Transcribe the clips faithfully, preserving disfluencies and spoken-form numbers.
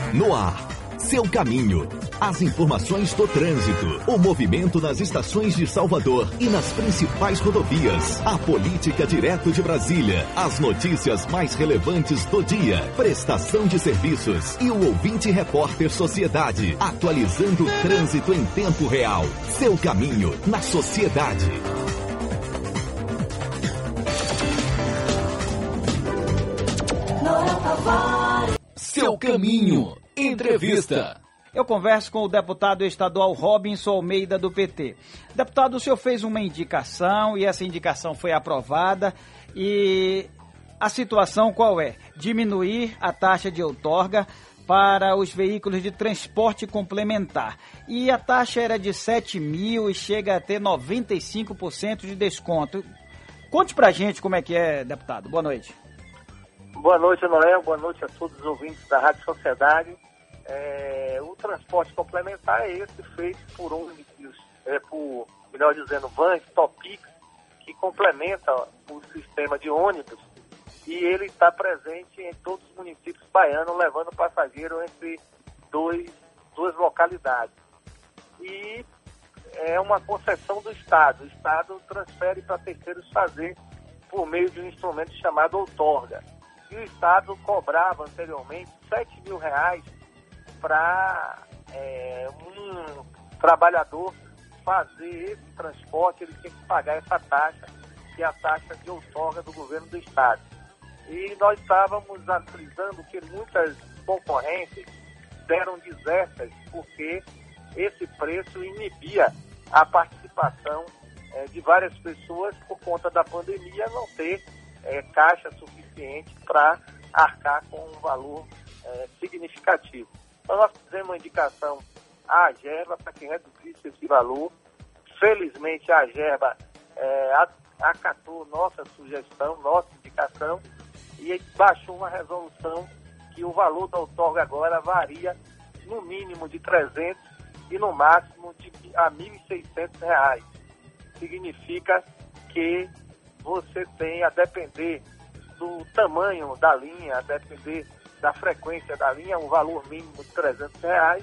No ar, Seu Caminho. As informações do trânsito, o movimento nas estações de Salvador e nas principais rodovias, a política direto de Brasília, as notícias mais relevantes do dia, prestação de serviços e o ouvinte repórter Sociedade, atualizando o trânsito em tempo real. Seu Caminho na sociedade. Seu Caminho. Entrevista. Eu converso com o deputado estadual Robinson Almeida, do P T. Deputado, o senhor fez uma indicação e essa indicação foi aprovada. E a situação qual é? Diminuir a taxa de outorga para os veículos de transporte complementar. E a taxa era de sete mil e chega a ter noventa e cinco por cento de desconto. Conte pra gente como é que é, deputado. Boa noite. Boa noite, Noel. Boa noite a todos os ouvintes da Rádio Sociedade. É, o transporte complementar é esse feito por ônibus, é, por, melhor dizendo, vans, Topics, que complementa o sistema de ônibus, e ele está presente em todos os municípios baianos, levando passageiro entre dois, duas localidades. E é uma concessão do Estado. O Estado transfere para terceiros fazer por meio de um instrumento chamado outorga. E o Estado cobrava anteriormente sete mil reais para é, um trabalhador fazer esse transporte. Ele tinha que pagar essa taxa, que é a taxa de outorga do governo do Estado. E nós estávamos analisando que muitas concorrentes deram desertas porque esse preço inibia a participação é, de várias pessoas por conta da pandemia não ter é, caixa suficiente para arcar com um valor é, significativo. Então nós fizemos uma indicação à AGERBA para que reduzisse esse valor. Felizmente a AGERBA é, acatou nossa sugestão, nossa indicação e baixou uma resolução que o valor da outorga agora varia no mínimo de trezentos e no máximo de a mil e seiscentos reais. Significa que você tem, a depender do tamanho da linha, a depender da frequência da linha, um valor mínimo de trezentos reais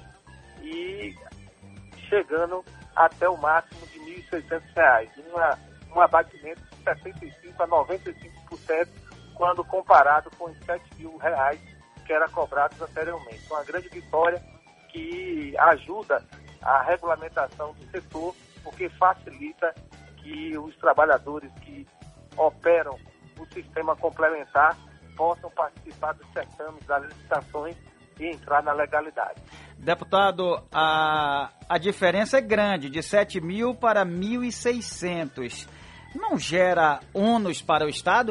e chegando até o máximo de mil e seiscentos reais. Uma, um abatimento de setenta e cinco por cento a noventa e cinco por cento quando comparado com os sete mil reais que era cobrados anteriormente. Uma grande vitória que ajuda a regulamentação do setor, porque facilita que os trabalhadores que operam o sistema complementar possam participar dos certames, das licitações e entrar na legalidade. Deputado, a, a diferença é grande, de sete mil para mil e seiscentos. Não gera ônus para o Estado?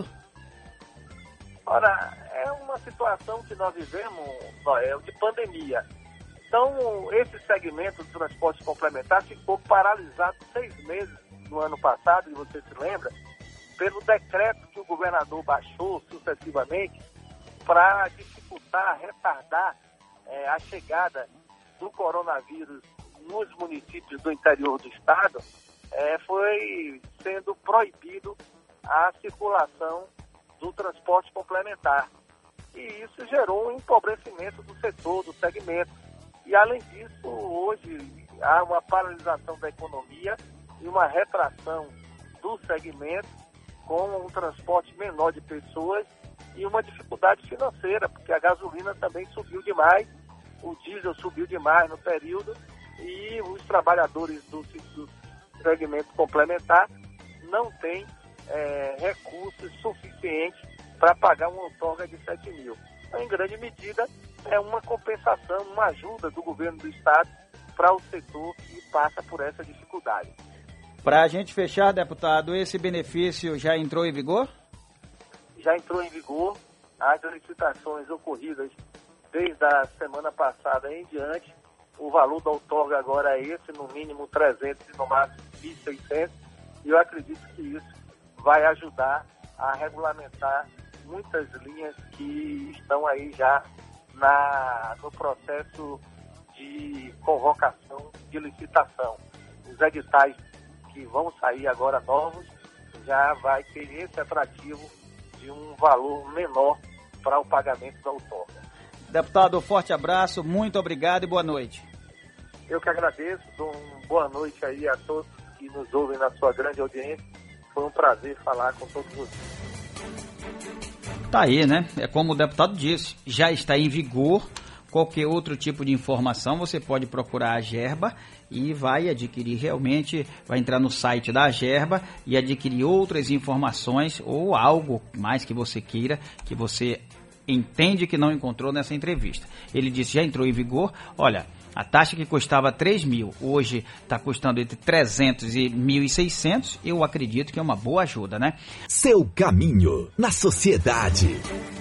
Ora, é uma situação que nós vivemos, Noel, de pandemia. Então, esse segmento do transporte complementar ficou paralisado seis meses no ano passado, e você se lembra, pelo decreto que o governador baixou sucessivamente para dificultar, retardar é, a chegada do coronavírus nos municípios do interior do estado, é, foi sendo proibido a circulação do transporte complementar. E isso gerou um empobrecimento do setor, do segmento. E, além disso, hoje há uma paralisação da economia e uma retração do segmento com um transporte menor de pessoas e uma dificuldade financeira, porque a gasolina também subiu demais, o diesel subiu demais no período e os trabalhadores do, do segmento complementar não têm é, recursos suficientes para pagar uma outorga de sete mil. Então, em grande medida, é uma compensação, uma ajuda do governo do Estado para o setor que passa por essa dificuldade. Para a gente fechar, deputado, esse benefício já entrou em vigor? Já entrou em vigor. As licitações ocorridas desde a semana passada em diante, o valor da outorga agora é esse, no mínimo trezentos e no máximo mil e seiscentos, e eu acredito que isso vai ajudar a regulamentar muitas linhas que estão aí já na, no processo de convocação de licitação. Os editais que vão sair agora novos já vai ter esse atrativo de um valor menor para o pagamento da outorga. Deputado, forte abraço, muito obrigado e boa noite. Eu que agradeço, dou uma boa noite aí a todos que nos ouvem na sua grande audiência. Foi um prazer falar com todos vocês. Tá aí, né? É como o deputado disse, já está em vigor. Qualquer outro tipo de informação, você pode procurar a Agerba e vai adquirir realmente, vai entrar no site da Agerba e adquirir outras informações ou algo mais que você queira, que você entende que não encontrou nessa entrevista. Ele disse, já entrou em vigor, olha, a taxa que custava três mil, hoje está custando entre trezentos e mil e seiscentos, eu acredito que é uma boa ajuda, né? Seu caminho na sociedade.